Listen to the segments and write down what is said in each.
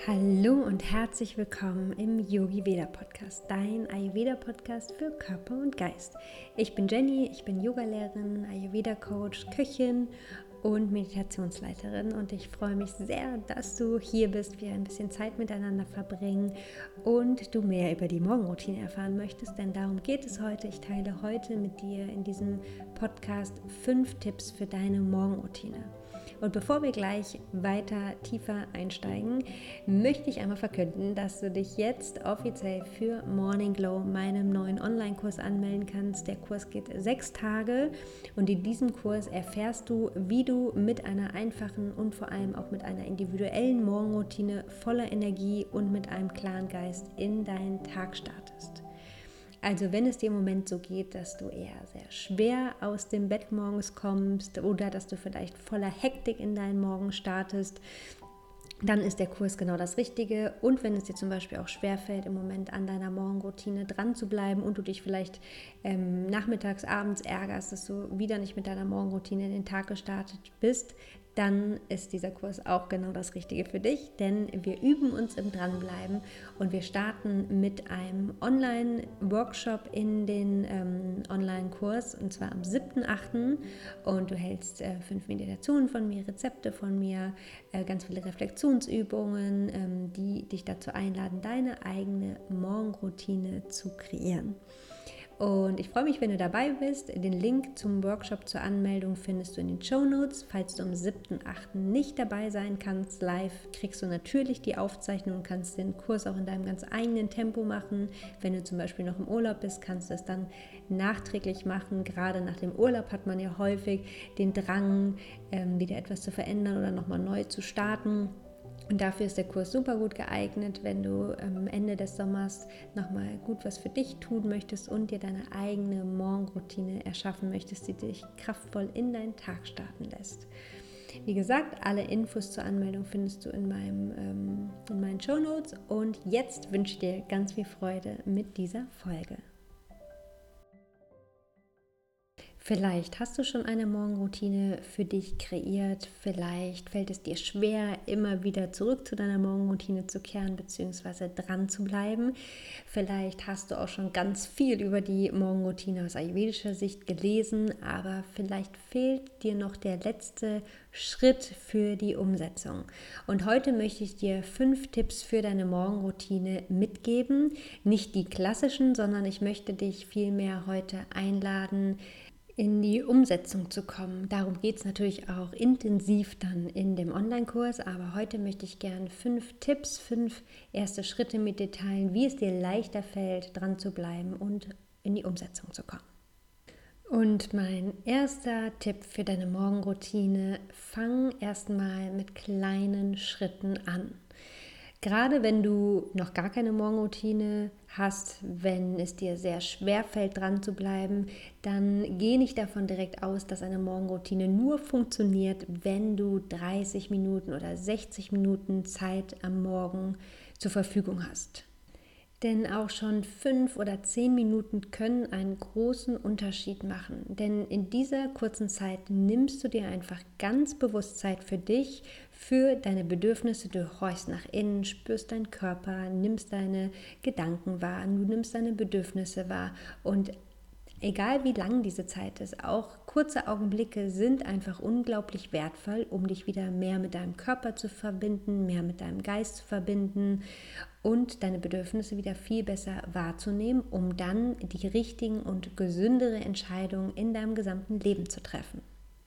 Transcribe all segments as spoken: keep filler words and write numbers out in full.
Hallo und herzlich willkommen im Yogi Veda Podcast, dein Ayurveda Podcast für Körper und Geist. Ich bin Jenny, ich bin Yogalehrerin, Ayurveda Coach, Köchin und Meditationsleiterin und ich freue mich sehr, dass du hier bist, wir ein bisschen Zeit miteinander verbringen und du mehr über die Morgenroutine erfahren möchtest, denn darum geht es heute. Ich teile heute mit dir in diesem Podcast fünf Tipps für deine Morgenroutine. Und bevor wir gleich weiter tiefer einsteigen, möchte ich einmal verkünden, dass du dich jetzt offiziell für Morning Glow, meinem neuen Online-Kurs, anmelden kannst. Der Kurs geht sechs Tage und in diesem Kurs erfährst du, wie du mit einer einfachen und vor allem auch mit einer individuellen Morgenroutine voller Energie und mit einem klaren Geist in deinen Tag startest. Also wenn es dir im Moment so geht, dass du eher sehr schwer aus dem Bett morgens kommst oder dass du vielleicht voller Hektik in deinen Morgen startest, dann ist der Kurs genau das Richtige. Und wenn es dir zum Beispiel auch schwerfällt, im Moment an deiner Morgenroutine dran zu bleiben und du dich vielleicht ähm, nachmittags, abends ärgerst, dass du wieder nicht mit deiner Morgenroutine in den Tag gestartet bist, dann ist dieser Kurs auch genau das Richtige für dich, denn wir üben uns im Dranbleiben und wir starten mit einem Online-Workshop in den ähm, Online-Kurs und zwar am siebten achten und du hältst äh, fünf Meditationen von mir, Rezepte von mir, äh, ganz viele Reflexionsübungen, ähm, die dich dazu einladen, deine eigene Morgenroutine zu kreieren. Und ich freue mich, wenn du dabei bist. Den Link zum Workshop zur Anmeldung findest du in den Shownotes. Falls du am siebten achten nicht dabei sein kannst live, kriegst du natürlich die Aufzeichnung und kannst den Kurs auch in deinem ganz eigenen Tempo machen. Wenn du zum Beispiel noch im Urlaub bist, kannst du es dann nachträglich machen. Gerade nach dem Urlaub hat man ja häufig den Drang, wieder etwas zu verändern oder nochmal neu zu starten. Und dafür ist der Kurs super gut geeignet, wenn du am Ende des Sommers nochmal gut was für dich tun möchtest und dir deine eigene Morgenroutine erschaffen möchtest, die dich kraftvoll in deinen Tag starten lässt. Wie gesagt, alle Infos zur Anmeldung findest du in, meinem, ähm, in meinen Shownotes und jetzt wünsche ich dir ganz viel Freude mit dieser Folge. Vielleicht hast du schon eine Morgenroutine für dich kreiert, vielleicht fällt es dir schwer, immer wieder zurück zu deiner Morgenroutine zu kehren bzw. dran zu bleiben. Vielleicht hast du auch schon ganz viel über die Morgenroutine aus ayurvedischer Sicht gelesen, aber vielleicht fehlt dir noch der letzte Schritt für die Umsetzung. Und heute möchte ich dir fünf Tipps für deine Morgenroutine mitgeben. Nicht die klassischen, sondern ich möchte dich vielmehr heute einladen, in die Umsetzung zu kommen. Darum geht es natürlich auch intensiv dann in dem Online-Kurs, aber heute möchte ich gerne fünf Tipps, fünf erste Schritte mit dir teilen, wie es dir leichter fällt, dran zu bleiben und in die Umsetzung zu kommen. Und mein erster Tipp für deine Morgenroutine: Fang erstmal mit kleinen Schritten an. Gerade wenn du noch gar keine Morgenroutine hast, wenn es dir sehr schwer fällt, dran zu bleiben, dann geh nicht davon direkt aus, dass eine Morgenroutine nur funktioniert, wenn du dreißig Minuten oder sechzig Minuten Zeit am Morgen zur Verfügung hast. Denn auch schon fünf oder zehn Minuten können einen großen Unterschied machen. Denn in dieser kurzen Zeit nimmst du dir einfach ganz bewusst Zeit für dich, für deine Bedürfnisse. Du horchst nach innen, spürst deinen Körper, nimmst deine Gedanken wahr, du nimmst deine Bedürfnisse wahr. Und egal wie lang diese Zeit ist, auch kurze Augenblicke sind einfach unglaublich wertvoll, um dich wieder mehr mit deinem Körper zu verbinden, mehr mit deinem Geist zu verbinden und deine Bedürfnisse wieder viel besser wahrzunehmen, um dann die richtigen und gesündere Entscheidungen in deinem gesamten Leben zu treffen.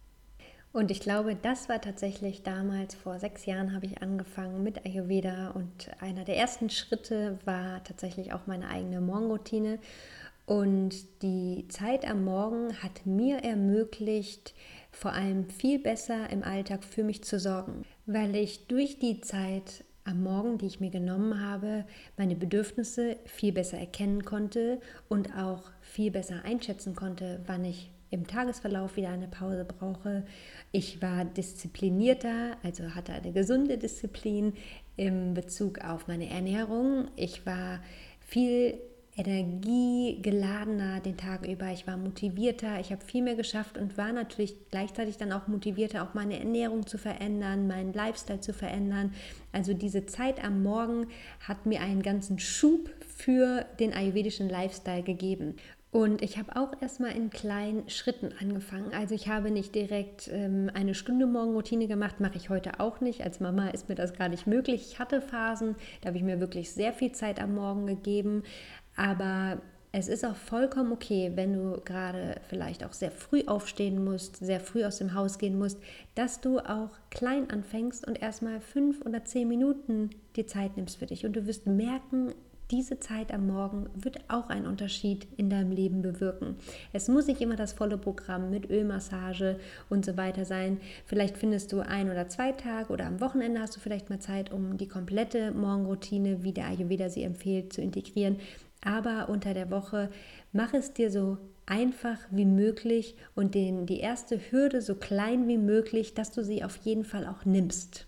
Und ich glaube, das war tatsächlich damals, vor sechs Jahren habe ich angefangen mit Ayurveda und einer der ersten Schritte war tatsächlich auch meine eigene Morgenroutine. Und die Zeit am Morgen hat mir ermöglicht, vor allem viel besser im Alltag für mich zu sorgen, weil ich durch die Zeit am Morgen, die ich mir genommen habe, meine Bedürfnisse viel besser erkennen konnte und auch viel besser einschätzen konnte, wann ich im Tagesverlauf wieder eine Pause brauche. Ich war disziplinierter, also hatte eine gesunde Disziplin im Bezug auf meine Ernährung. Ich war viel energiegeladener den Tag über, ich war motivierter, ich habe viel mehr geschafft und war natürlich gleichzeitig dann auch motivierter, auch meine Ernährung zu verändern, meinen Lifestyle zu verändern. Also diese Zeit am Morgen hat mir einen ganzen Schub für den ayurvedischen Lifestyle gegeben. Und ich habe auch erstmal in kleinen Schritten angefangen. Also ich habe nicht direkt ähm, eine Stunde Morgenroutine gemacht, mache ich heute auch nicht. Als Mama ist mir das gar nicht möglich. Ich hatte Phasen, da habe ich mir wirklich sehr viel Zeit am Morgen gegeben. Aber es ist auch vollkommen okay, wenn du gerade vielleicht auch sehr früh aufstehen musst, sehr früh aus dem Haus gehen musst, dass du auch klein anfängst und erstmal fünf oder zehn Minuten die Zeit nimmst für dich. Und du wirst merken, diese Zeit am Morgen wird auch einen Unterschied in deinem Leben bewirken. Es muss nicht immer das volle Programm mit Ölmassage und so weiter sein. Vielleicht findest du ein oder zwei Tage oder am Wochenende hast du vielleicht mal Zeit, um die komplette Morgenroutine, wie der Ayurveda sie empfiehlt, zu integrieren. Aber unter der Woche mach es dir so einfach wie möglich und den, die erste Hürde so klein wie möglich, dass du sie auf jeden Fall auch nimmst.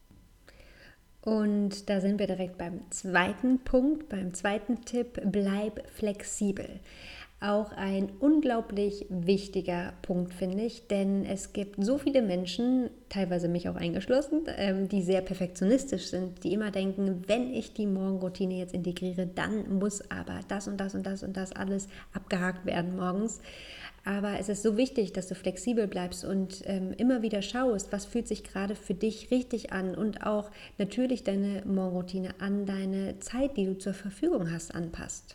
Und da sind wir direkt beim zweiten Punkt, beim zweiten Tipp, bleib flexibel. Auch ein unglaublich wichtiger Punkt, finde ich, denn es gibt so viele Menschen, teilweise mich auch eingeschlossen, die sehr perfektionistisch sind, die immer denken, wenn ich die Morgenroutine jetzt integriere, dann muss aber das und das und das und das alles abgehakt werden morgens. Aber es ist so wichtig, dass du flexibel bleibst und ähm, immer wieder schaust, was fühlt sich gerade für dich richtig an und auch natürlich deine Morgenroutine an deine Zeit, die du zur Verfügung hast, anpasst.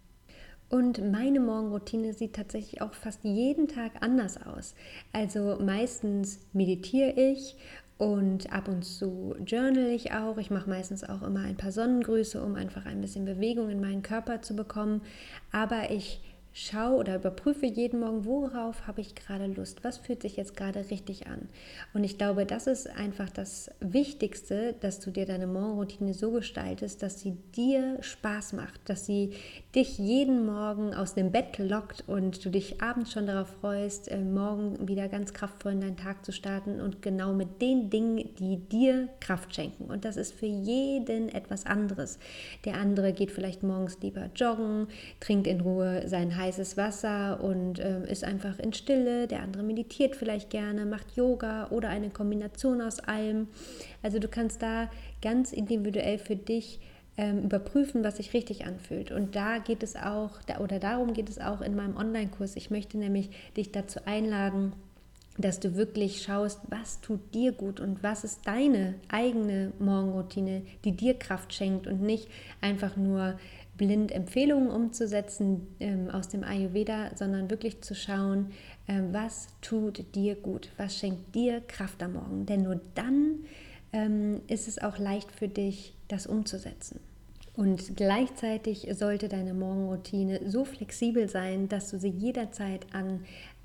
Und meine Morgenroutine sieht tatsächlich auch fast jeden Tag anders aus. Also meistens meditiere ich und ab und zu journal ich auch. Ich mache meistens auch immer ein paar Sonnengrüße, um einfach ein bisschen Bewegung in meinen Körper zu bekommen. Aber ich schau oder überprüfe jeden Morgen, worauf habe ich gerade Lust, was fühlt sich jetzt gerade richtig an. Und ich glaube, das ist einfach das Wichtigste, dass du dir deine Morgenroutine so gestaltest, dass sie dir Spaß macht, dass sie dich jeden Morgen aus dem Bett lockt und du dich abends schon darauf freust, morgen wieder ganz kraftvoll in deinen Tag zu starten und genau mit den Dingen, die dir Kraft schenken. Und das ist für jeden etwas anderes. Der andere geht vielleicht morgens lieber joggen, trinkt in Ruhe sein heißes Wasser und ähm, ist einfach in Stille. Der andere meditiert vielleicht gerne, macht Yoga oder eine Kombination aus allem. Also du kannst da ganz individuell für dich ähm, überprüfen, was sich richtig anfühlt. Und da geht es auch, da, oder darum geht es auch in meinem Online-Kurs. Ich möchte nämlich dich dazu einladen, dass du wirklich schaust, was tut dir gut und was ist deine eigene Morgenroutine, die dir Kraft schenkt und nicht einfach nur blind Empfehlungen umzusetzen ähm, aus dem Ayurveda, sondern wirklich zu schauen, ähm, was tut dir gut, was schenkt dir Kraft am Morgen. Denn nur dann ähm, ist es auch leicht für dich, das umzusetzen. Und gleichzeitig sollte deine Morgenroutine so flexibel sein, dass du sie jederzeit an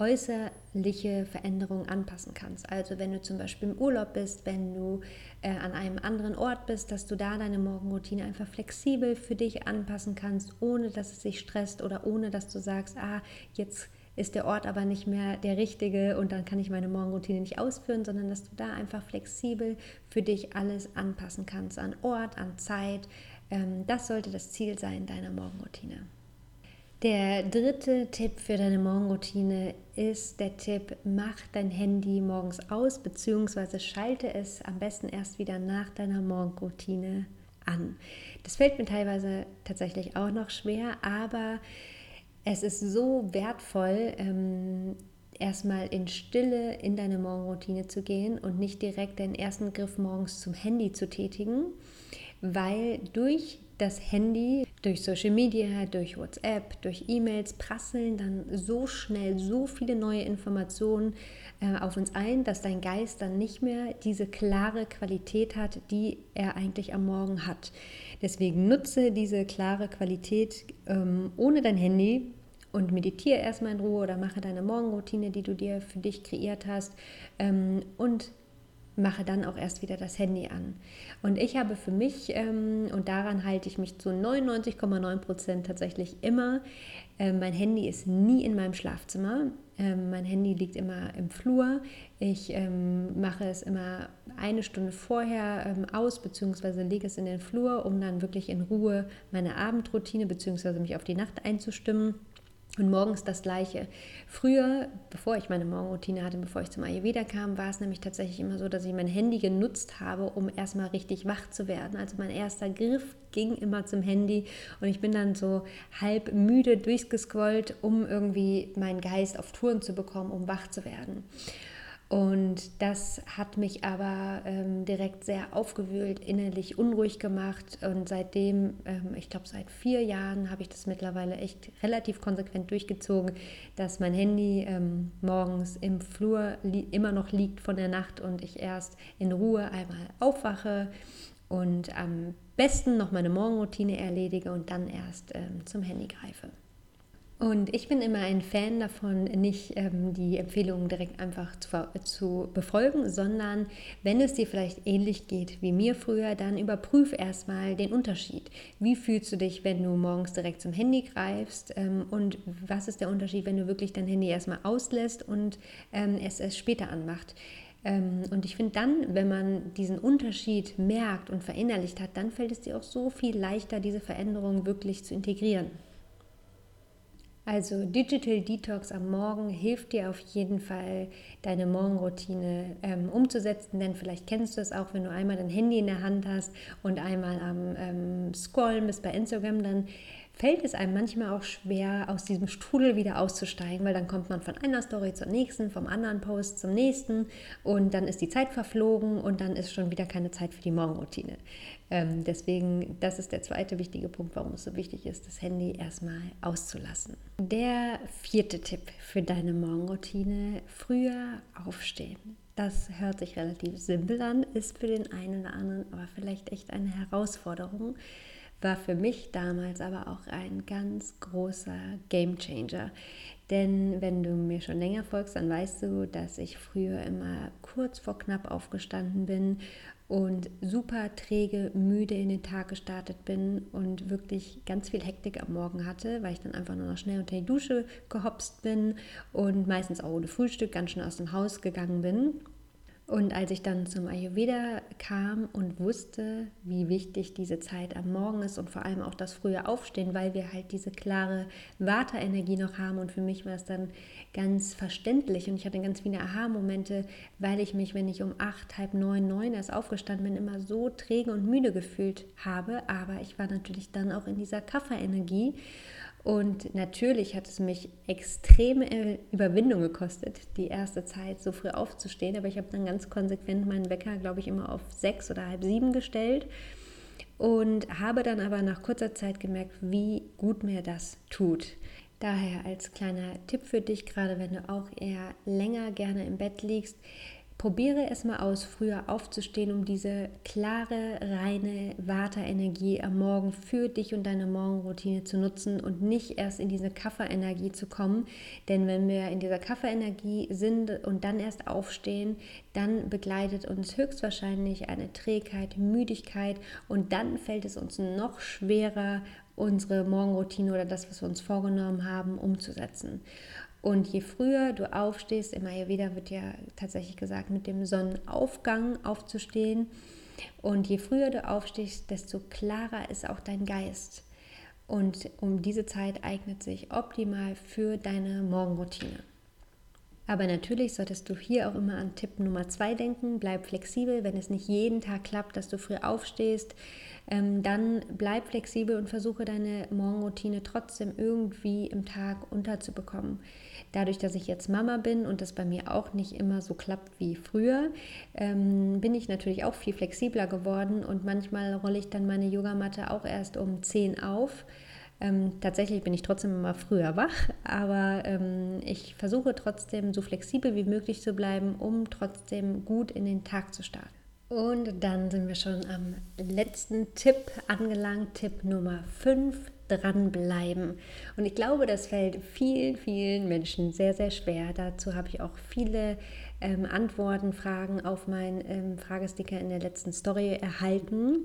äußerliche Veränderungen anpassen kannst. Also wenn du zum Beispiel im Urlaub bist, wenn du äh, an einem anderen Ort bist, dass du da deine Morgenroutine einfach flexibel für dich anpassen kannst, ohne dass es dich stresst oder ohne dass du sagst, ah, jetzt ist der Ort aber nicht mehr der richtige und dann kann ich meine Morgenroutine nicht ausführen, sondern dass du da einfach flexibel für dich alles anpassen kannst, an Ort, an Zeit. Das sollte das Ziel sein deiner Morgenroutine. Der dritte Tipp für deine Morgenroutine ist der Tipp, mach dein Handy morgens aus, beziehungsweise schalte es am besten erst wieder nach deiner Morgenroutine an. Das fällt mir teilweise tatsächlich auch noch schwer, aber es ist so wertvoll, ähm, erstmal in Stille in deine Morgenroutine zu gehen und nicht direkt den ersten Griff morgens zum Handy zu tätigen, weil durch das Handy, durch Social Media, durch WhatsApp, durch E-Mails prasseln dann so schnell so viele neue Informationen äh, auf uns ein, dass dein Geist dann nicht mehr diese klare Qualität hat, die er eigentlich am Morgen hat. Deswegen nutze diese klare Qualität ähm, ohne dein Handy und meditiere erstmal in Ruhe oder mache deine Morgenroutine, die du dir für dich kreiert hast ähm, und mache dann auch erst wieder das Handy an. Und ich habe für mich, ähm, und daran halte ich mich zu neunundneunzig Komma neun Prozent tatsächlich immer, äh, mein Handy ist nie in meinem Schlafzimmer. Ähm, mein Handy liegt immer im Flur. Ich ähm, mache es immer eine Stunde vorher ähm, aus, beziehungsweise lege es in den Flur, um dann wirklich in Ruhe meine Abendroutine, beziehungsweise mich auf die Nacht einzustimmen. Und morgens das Gleiche. Früher, bevor ich meine Morgenroutine hatte, bevor ich zum Ayurveda kam, war es nämlich tatsächlich immer so, dass ich mein Handy genutzt habe, um erstmal richtig wach zu werden. Also mein erster Griff ging immer zum Handy und ich bin dann so halb müde durchgescrollt, um irgendwie meinen Geist auf Touren zu bekommen, um wach zu werden. Und das hat mich aber ähm, direkt sehr aufgewühlt, innerlich unruhig gemacht. Und seitdem, ähm, ich glaube seit vier Jahren, habe ich das mittlerweile echt relativ konsequent durchgezogen, dass mein Handy ähm, morgens im Flur li- immer noch liegt von der Nacht und ich erst in Ruhe einmal aufwache und am besten noch meine Morgenroutine erledige und dann erst ähm, zum Handy greife. Und ich bin immer ein Fan davon, nicht ähm, die Empfehlungen direkt einfach zu, zu befolgen, sondern wenn es dir vielleicht ähnlich geht wie mir früher, dann überprüf erstmal den Unterschied. Wie fühlst du dich, wenn du morgens direkt zum Handy greifst ähm, und was ist der Unterschied, wenn du wirklich dein Handy erstmal auslässt und ähm, es erst später anmacht? Ähm, und ich finde dann, wenn man diesen Unterschied merkt und verinnerlicht hat, dann fällt es dir auch so viel leichter, diese Veränderung wirklich zu integrieren. Also Digital Detox am Morgen hilft dir auf jeden Fall, deine Morgenroutine ähm, umzusetzen, denn vielleicht kennst du es auch, wenn du einmal dein Handy in der Hand hast und einmal am ähm, Scrollen bist bei Instagram, dann fällt es einem manchmal auch schwer, aus diesem Strudel wieder auszusteigen, weil dann kommt man von einer Story zur nächsten, vom anderen Post zum nächsten und dann ist die Zeit verflogen und dann ist schon wieder keine Zeit für die Morgenroutine. Ähm, deswegen, das ist der zweite wichtige Punkt, warum es so wichtig ist, das Handy erstmal auszulassen. Der vierte Tipp für deine Morgenroutine: früher aufstehen. Das hört sich relativ simpel an, ist für den einen oder anderen aber vielleicht echt eine Herausforderung. War für mich damals aber auch ein ganz großer Gamechanger. Denn wenn du mir schon länger folgst, dann weißt du, dass ich früher immer kurz vor knapp aufgestanden bin und super träge, müde in den Tag gestartet bin und wirklich ganz viel Hektik am Morgen hatte, weil ich dann einfach nur noch schnell unter die Dusche gehopst bin und meistens auch ohne Frühstück ganz schnell aus dem Haus gegangen bin. Und als ich dann zum Ayurveda kam und wusste, wie wichtig diese Zeit am Morgen ist und vor allem auch das frühe Aufstehen, weil wir halt diese klare Vata-Energie noch haben, und für mich war es dann ganz verständlich und ich hatte ganz viele Aha-Momente, weil ich mich, wenn ich um acht, halb neun, neun erst aufgestanden bin, immer so träge und müde gefühlt habe, aber ich war natürlich dann auch in dieser Kapha-Energie. Und natürlich hat es mich extreme Überwindung gekostet, die erste Zeit so früh aufzustehen. Aber ich habe dann ganz konsequent meinen Wecker, glaube ich, immer auf sechs oder halb sieben gestellt. Und habe dann aber nach kurzer Zeit gemerkt, wie gut mir das tut. Daher als kleiner Tipp für dich, gerade wenn du auch eher länger gerne im Bett liegst, probiere es mal aus, früher aufzustehen, um diese klare, reine Vata-Energie am Morgen für dich und deine Morgenroutine zu nutzen und nicht erst in diese Kapha-Energie zu kommen. Denn wenn wir in dieser Kapha-Energie sind und dann erst aufstehen, dann begleitet uns höchstwahrscheinlich eine Trägheit, Müdigkeit und dann fällt es uns noch schwerer, unsere Morgenroutine oder das, was wir uns vorgenommen haben, umzusetzen. Und je früher du aufstehst, im Ayurveda wird ja tatsächlich gesagt, mit dem Sonnenaufgang aufzustehen. Und je früher du aufstehst, desto klarer ist auch dein Geist. Und um diese Zeit eignet sich optimal für deine Morgenroutine. Aber natürlich solltest du hier auch immer an Tipp Nummer zwei denken. Bleib flexibel, wenn es nicht jeden Tag klappt, dass du früh aufstehst. Ähm, dann bleib flexibel und versuche deine Morgenroutine trotzdem irgendwie im Tag unterzubekommen. Dadurch, dass ich jetzt Mama bin und das bei mir auch nicht immer so klappt wie früher, ähm, bin ich natürlich auch viel flexibler geworden und manchmal rolle ich dann meine Yogamatte auch erst um zehn auf. Ähm, tatsächlich bin ich trotzdem immer früher wach, aber ähm, ich versuche trotzdem so flexibel wie möglich zu bleiben, um trotzdem gut in den Tag zu starten. Und dann sind wir schon am letzten Tipp angelangt, Tipp Nummer fünf, dranbleiben. Und ich glaube, das fällt vielen, vielen Menschen sehr, sehr schwer. Dazu habe ich auch viele ähm, Antworten, Fragen auf meinen ähm, Fragesticker in der letzten Story erhalten.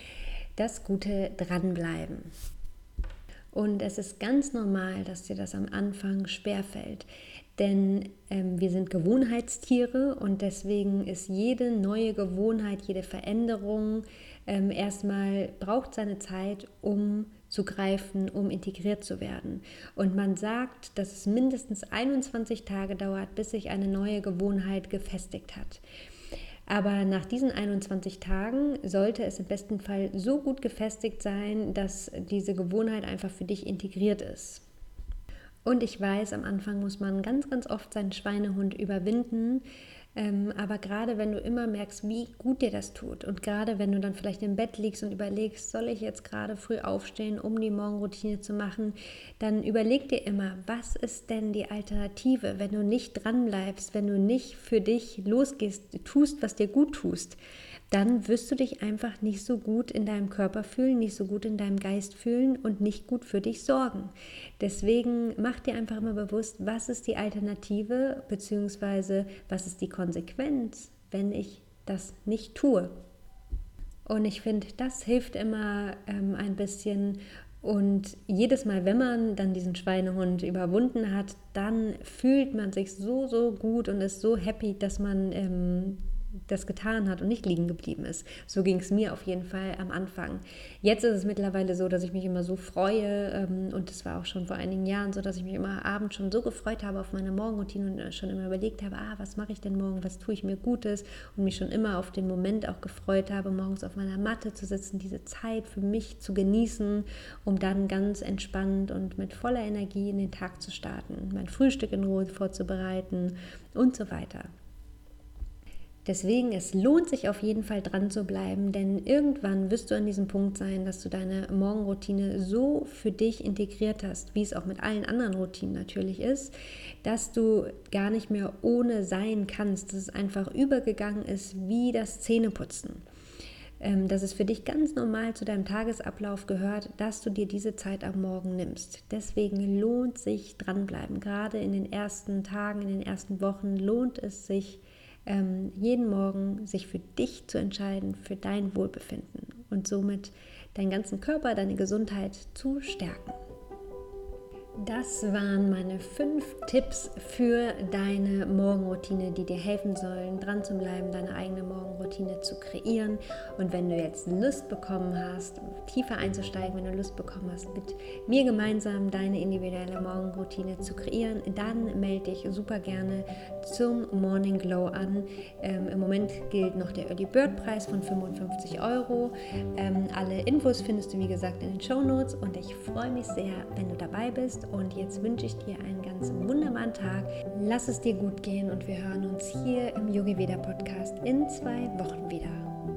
Das gute Dranbleiben. Und es ist ganz normal, dass dir das am Anfang schwerfällt. denn ähm, wir sind Gewohnheitstiere und deswegen ist jede neue Gewohnheit, jede Veränderung ähm, erstmal braucht seine Zeit, um zu greifen, um integriert zu werden. Und man sagt, dass es mindestens einundzwanzig Tage dauert, bis sich eine neue Gewohnheit gefestigt hat. Aber nach diesen einundzwanzig Tagen sollte es im besten Fall so gut gefestigt sein, dass diese Gewohnheit einfach für dich integriert ist. Und ich weiß, am Anfang muss man ganz, ganz oft seinen Schweinehund überwinden. Ähm, aber gerade wenn du immer merkst, wie gut dir das tut und gerade wenn du dann vielleicht im Bett liegst und überlegst, soll ich jetzt gerade früh aufstehen, um die Morgenroutine zu machen, dann überleg dir immer, was ist denn die Alternative, wenn du nicht dranbleibst, wenn du nicht für dich losgehst, tust, was dir gut tust, dann wirst du dich einfach nicht so gut in deinem Körper fühlen, nicht so gut in deinem Geist fühlen und nicht gut für dich sorgen. Deswegen mach dir einfach immer bewusst, was ist die Alternative, beziehungsweise was ist die Konsequenz, wenn ich das nicht tue. Und ich finde, das hilft immer ähm, ein bisschen. Und jedes Mal, wenn man dann diesen Schweinehund überwunden hat, dann fühlt man sich so, so gut und ist so happy, dass man ähm, das getan hat und nicht liegen geblieben ist. So ging es mir auf jeden Fall am Anfang. Jetzt ist es mittlerweile so, dass ich mich immer so freue ähm, und das war auch schon vor einigen Jahren so, dass ich mich immer abends schon so gefreut habe auf meine Morgenroutine und schon immer überlegt habe, ah, was mache ich denn morgen, was tue ich mir Gutes und mich schon immer auf den Moment auch gefreut habe, morgens auf meiner Matte zu sitzen, diese Zeit für mich zu genießen, um dann ganz entspannt und mit voller Energie in den Tag zu starten, mein Frühstück in Ruhe vorzubereiten und so weiter. Deswegen, es lohnt sich auf jeden Fall dran zu bleiben, denn irgendwann wirst du an diesem Punkt sein, dass du deine Morgenroutine so für dich integriert hast, wie es auch mit allen anderen Routinen natürlich ist, dass du gar nicht mehr ohne sein kannst, dass es einfach übergegangen ist wie das Zähneputzen. Dass es für dich ganz normal zu deinem Tagesablauf gehört, dass du dir diese Zeit am Morgen nimmst. Deswegen lohnt sich dranbleiben. Gerade in den ersten Tagen, in den ersten Wochen lohnt es sich, ähm, jeden Morgen sich für dich zu entscheiden, für dein Wohlbefinden und somit deinen ganzen Körper, deine Gesundheit zu stärken. Das waren meine fünf Tipps für deine Morgenroutine, die dir helfen sollen, dran zu bleiben, deine eigene Morgenroutine zu kreieren. Und wenn du jetzt Lust bekommen hast, tiefer einzusteigen, wenn du Lust bekommen hast, mit mir gemeinsam deine individuelle Morgenroutine zu kreieren, dann melde dich super gerne zum Morning Glow an. Ähm, Im Moment gilt noch der Early Bird Preis von fünfundfünfzig Euro. Ähm, alle Infos findest du wie gesagt in den Shownotes und ich freue mich sehr, wenn du dabei bist. Und jetzt wünsche ich dir einen ganz wunderbaren Tag. Lass es dir gut gehen und wir hören uns hier im Yogi Veda Podcast in zwei Wochen wieder.